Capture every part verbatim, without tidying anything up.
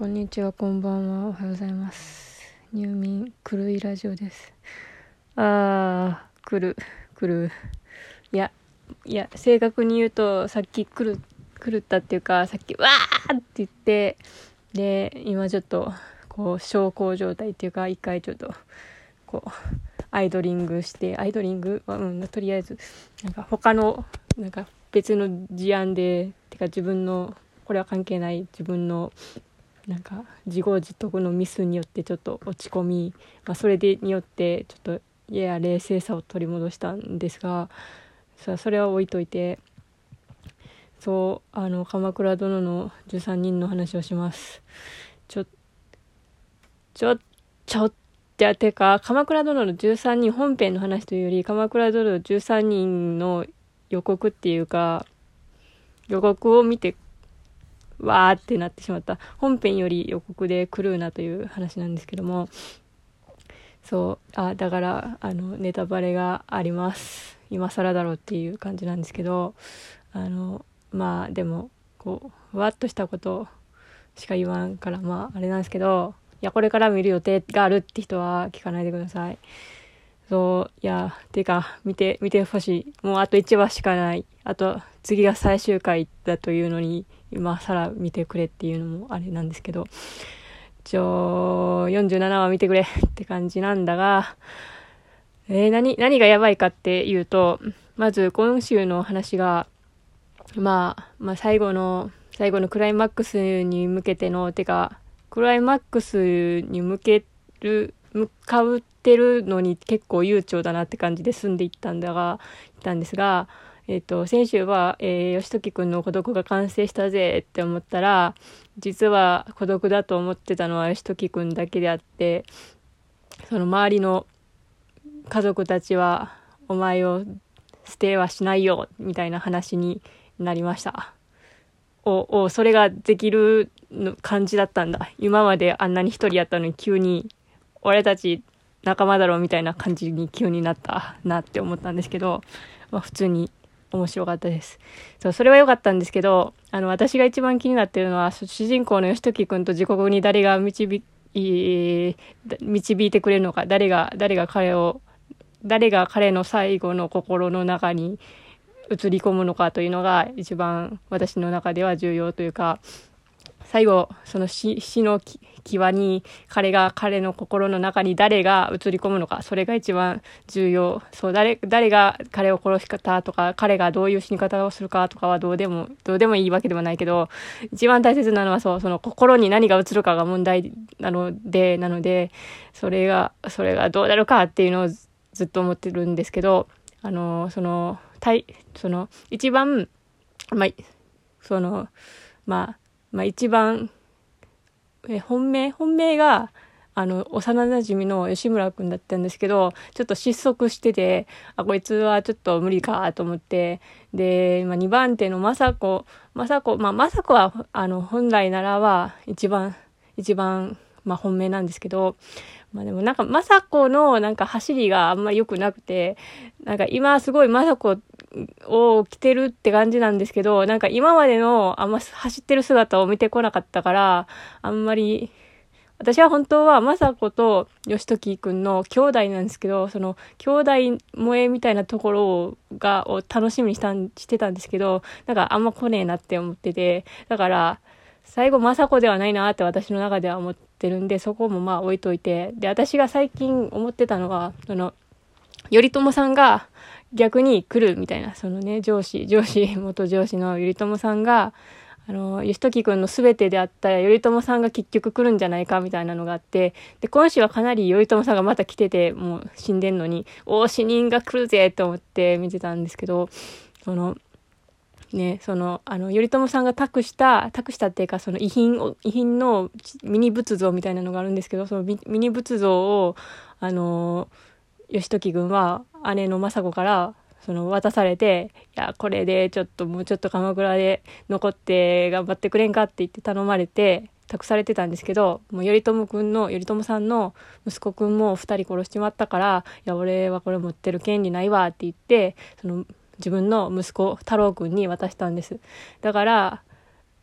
こんにちは、こんばんは、おはようございます。入眠狂いラジオです。あー、来る、来る。いや、いや、正確に言うと、さっき来る、狂ったっていうか、さっき、わーって言って、で、今ちょっと、こう、小康状態っていうか、一回ちょっと、こう、アイドリングして、アイドリングは、うん、とりあえず、なんか他の、なんか別の事案で、てか自分の、これは関係ない自分の、なんか自業自得のミスによってちょっと落ち込み、まあ、それでによってちょっとやや冷静さを取り戻したんですが、さそれは置いといて、そうあの鎌倉殿のじゅうさんにんの話をします。ちょちょちょっててか鎌倉殿のじゅうさんにん本編の話というより、鎌倉殿のじゅうさんにんの予告っていうか、予告を見てわーってなってしまった。本編より予告で狂うなという話なんですけども、そうあだからあのネタバレがあります。今更だろうっていう感じなんですけど、あのまあでもこうふわっとしたことしか言わんからまああれなんですけど、いやこれから見る予定があるって人は聞かないでください。そういやていうか見て見てほしい。もうあといちわしかない。あと次が最終回だというのに今更見てくれっていうのもあれなんですけど、一応よんじゅうななわ見てくれって感じなんだが、えー、何何がやばいかっていうと、まず今週の話が、まあ、まあ最後の最後のクライマックスに向けてのてかクライマックスに向ける向かってるのに結構悠長だなって感じで進んでいったんだがいったんですが、えっと先週は、えー、義時くんの孤独が完成したぜって思ったら、実は孤独だと思ってたのは義時くんだけであって、その周りの家族たちはお前を捨てはしないよみたいな話になりました。おおそれができるの感じだったんだ。今まであんなに一人やったのに急に俺たち仲間だろうみたいな感じに急になったなって思ったんですけど、まあ、普通に面白かったです。そうそれは良かったんですけど、あの私が一番気になっているのは主人公の義時くんと地獄に誰が導い導いてくれるのか、誰が誰が彼を誰が彼の最後の心の中に映り込むのかというのが一番私の中では重要というか、最後その 死, 死の際に彼が彼の心の中に誰が映り込むのか、それが一番重要。そう 誰, 誰が彼を殺し方とか、彼がどういう死に方をするかとかはどうでもどうでもいいわけではないけど、一番大切なのはそうその心に何が映るかが問題なのでなのでそれがそれがどうなるかっていうのをずっと思ってるんですけど、あのそのその一番まあそのまあまあ一番え本命本命があの幼馴染の吉村くんだったんですけど、ちょっと失速してて、あこいつはちょっと無理かと思って、で、まあ、にばん手の雅子雅子まあ雅子はあの本来ならは一番一番まあ本命なんですけど、まあでもなんか雅子のなんか走りがあんまり良くなくて、なんか今すごい雅子を着てるって感じなんですけど、なんか今までのあんま走ってる姿を見てこなかったから、あんまり私は本当は雅子と義時くんの兄弟なんですけど、その兄弟萌えみたいなところがを楽しみにしたんしてたんですけど、なんかあんま来ねえなって思ってて、だから最後雅子ではないなって私の中では思ってるんで、そこもまあ置いといて、で私が最近思ってたのが、その頼朝さんが逆に来るみたいな、そのね上司上司元上司の頼朝さんがあの義時くんの全てであった頼朝さんが結局来るんじゃないかみたいなのがあって、で今週はかなり頼朝さんがまた来てて、もう死んでんのにお死人が来るぜと思って見てたんですけど、そのね、そのあの頼朝さんが託した託したっていうか、その遺品を遺品のミニ仏像みたいなのがあるんですけど、そのミニ仏像をあの義時軍は姉の政子からその渡されて、いやこれでちょっともうちょっと鎌倉で残って頑張ってくれんかって言って頼まれて託されてたんですけど、もう頼朝くんの頼朝さんの息子くんもふたり殺しちまったから、いや俺はこれ持ってる権利ないわって言って、その自分の息子太郎くんに渡したんです。だから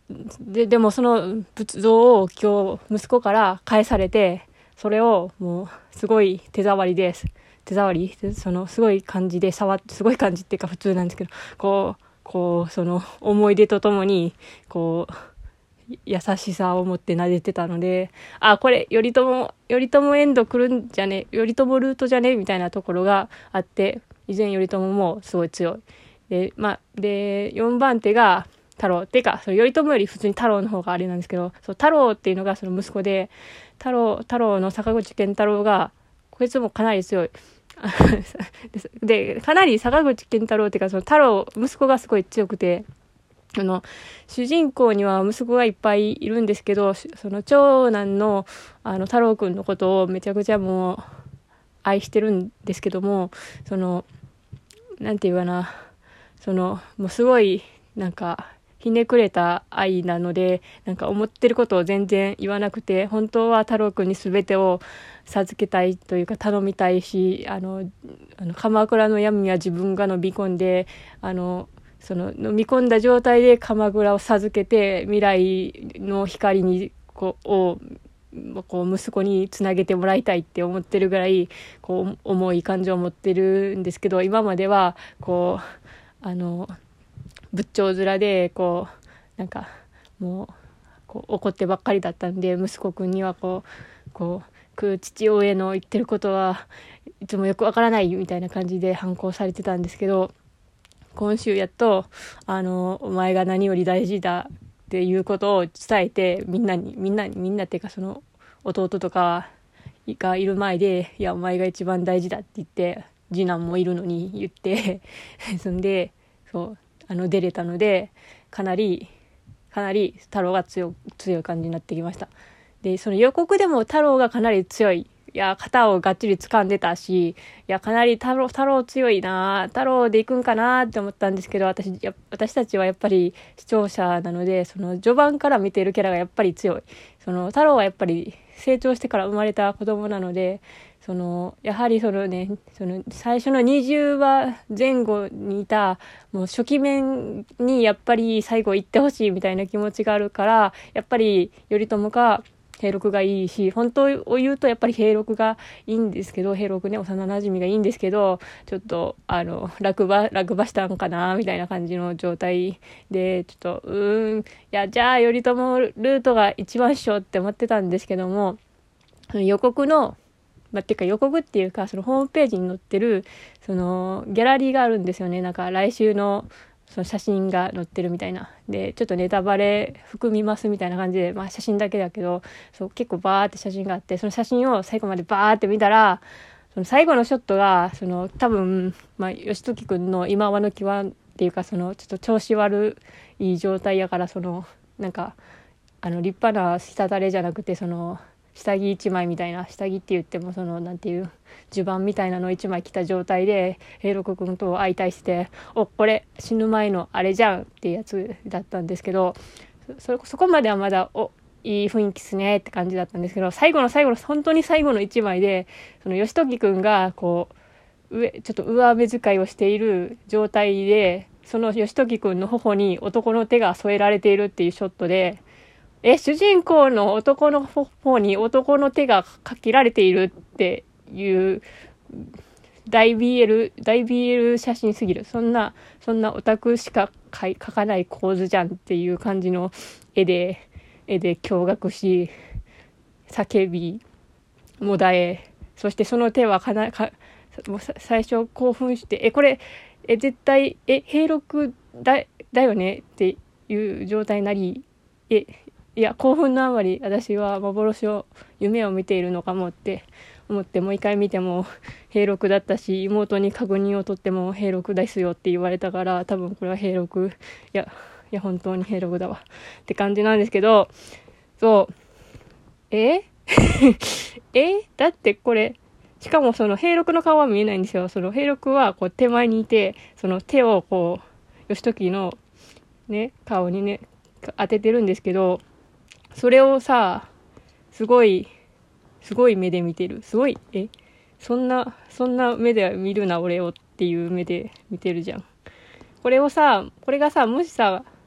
で、でもその仏像を今日息子から返されて、それをもうすごい手触りです。手触りそのすごい感じで触って、すごい感じっていうか普通なんですけど、こう、こう、その思い出とともに、こう、優しさを持って撫でてたので、あ、これ、頼朝、頼朝エンド来るんじゃね、頼朝ルートじゃねみたいなところがあって、以前頼朝もすごい強い。で、まあ、で、よんばん手が太郎。っていうか、その頼朝より普通に太郎の方があれなんですけど、そう、太郎っていうのがその息子で、太郎、太郎の坂口健太郎が、こいつもかなり強い。で、かなり坂口健太郎っていうか、その太郎、息子がすごい強くて、あの、主人公には息子がいっぱいいるんですけど、その長男の、あの、太郎くんのことをめちゃくちゃもう、愛してるんですけども、その、なんていうかな、その、もうすごい、なんか、ひねくれた愛なので、なんか思ってることを全然言わなくて、本当は太郎くんに全てを授けたいというか頼みたいし、あの、あの鎌倉の闇は自分が飲み込んで、あの、その飲み込んだ状態で鎌倉を授けて、未来の光にこう、をこう息子につなげてもらいたいって思ってるぐらい、こう重い感情を持ってるんですけど、今まではこうあの仏頂面でこうなんかもうこう怒ってばっかりだったんで、息子くんにはこうこう父親の言ってることはいつもよくわからないみたいな感じで反抗されてたんですけど、今週やっとあのお前が何より大事だっていうことを伝えて、みんなにみんなにみんなっていうかその弟とかがいる前で、いやお前が一番大事だって言って、次男もいるのに言ってそんでそうあの出れたので、かなりかなり太郎が強強い感じになってきました。でその予告でも太郎がかなり強い、いや肩をがっちり掴んでたし、いやかなり太郎太郎強いな、太郎で行くんかなって思ったんですけど、私や私たちはやっぱり視聴者なので、その序盤から見てるキャラがやっぱり強い。その太郎はやっぱり成長してから生まれた子供なので、そのやはりそのね、その最初のにじゅうわぜん後にいたもう初期面にやっぱり最後行ってほしいみたいな気持ちがあるから、やっぱり頼朝か平六がいいし、本当を言うとやっぱり平六がいいんですけど、平六ね、幼馴染がいいんですけど、ちょっとあの落馬落馬したんかなみたいな感じの状態で、ちょっとうーん、いやじゃあ頼朝ルートが一番っしょって思ってたんですけども、予告のまあ、っていうか予告っていうか、そのホームページに載ってるそのギャラリーがあるんですよね。なんか来週のその写真が載ってるみたいな。で、ちょっとネタバレ含みますみたいな感じで、まあ写真だけだけど、そう結構バーって写真があって、その写真を最後までバーって見たら、その最後のショットが、その多分、まあ義時くんの今はの際っていうか、そのちょっと調子悪い状態やから、そのなんか、あの立派な滴れじゃなくて、その、下着一枚みたいな、下着って言ってもそのなんていう襦袢みたいなの一枚着た状態で平六君と相対して、おこれ死ぬ前のあれじゃんっていうやつだったんですけど、そ, そこまではまだおいい雰囲気っすねって感じだったんですけど、最後の最後の本当に最後の一枚で、その義時君がこう上ちょっと上目遣いをしている状態で、その義時君の頬に男の手が添えられているっていうショットで、え、主人公の男の方に男の手がかけられているっていう大 ビーエル、大 ビーエル 写真すぎる。そんな、そんなオタクしか描かない構図じゃんっていう感じの絵で、絵で驚愕し、叫び、もだえ、そしてその手はかな、かもう最初興奮して、え、これ、え、絶対、え、平六だ、だよねっていう状態になり、え、いや興奮のあまり私は幻を夢を見ているのかもって思って、もう一回見ても平六だったし、妹に確認を取っても平六ですよって言われたから、多分これは平六、いやいや本当に平六だわって感じなんですけど、そうええだってこれしかもその平六の顔は見えないんですよ。その平六はこう手前にいて、その手をこう義時のね顔にね当ててるんですけど、それをさ、すごい、すごい目で見てる。すごい、え、そんな、そんな目で見るな、俺をっていう目で見てるじゃん。これをさ、これがさ、もしさ、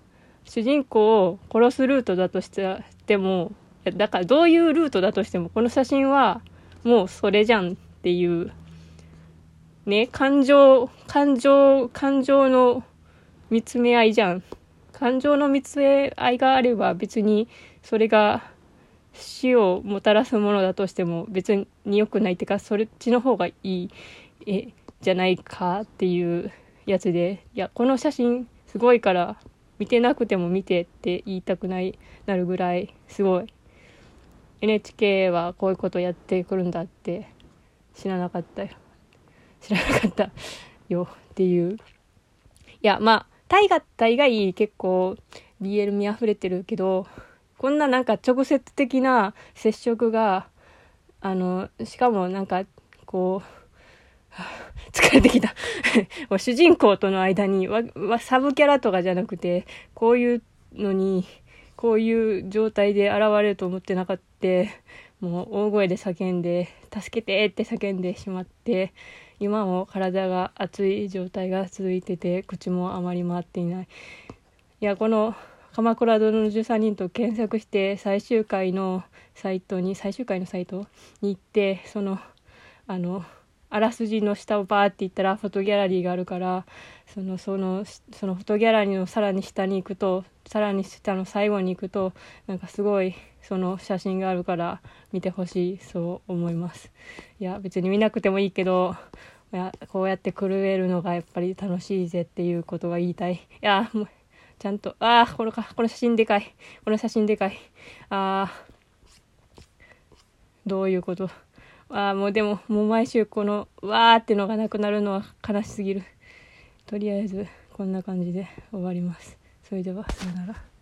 主人公を殺すルートだとしても、だからどういうルートだとしてもこの写真はもうそれじゃんっていうね、感情感情感情の見つめ合いじゃん。感情の見つめ合いがあれば別にそれが死をもたらすものだとしても別に良くないってか、そっちの方がいいえじゃないかっていうやつで、いやこの写真すごいから見てなくても見てって言いたくないなるぐらいすごい。 エヌエイチケー はこういうことやってくるんだって知らなかったよ知らなかったよっていう。いやまあ大河大概結構 ビーエル 見溢れてるけど、こんななんか直接的な接触があのしかもなんかこう疲れてきた主人公との間にわわサブキャラとかじゃなくて、こういうのにこういう状態で現れると思ってなかった。もう大声で叫んで助けてって叫んでしまって、今も体が熱い状態が続いてて口もあまり回っていない。いやこの鎌倉殿のじゅうさんにんと検索して最終回のサイトに最終回のサイトに行って、そのあのあらすじの下をバーって行ったらフォトギャラリーがあるから、そのそのそのフォトギャラリーのさらに下に行くと、さらに下の最後に行くとなんかすごいその写真があるから見てほしい、そう思います。いや別に見なくてもいいけど、いやこうやって狂えるのがやっぱり楽しいぜっていうことが言いたい。いやもうちゃんとあーこのかこの写真でかいこの写真でかいあーどういうこと。あもうでももう毎週このわーってのがなくなるのは悲しすぎる。とりあえずこんな感じで終わります。それではさよなら。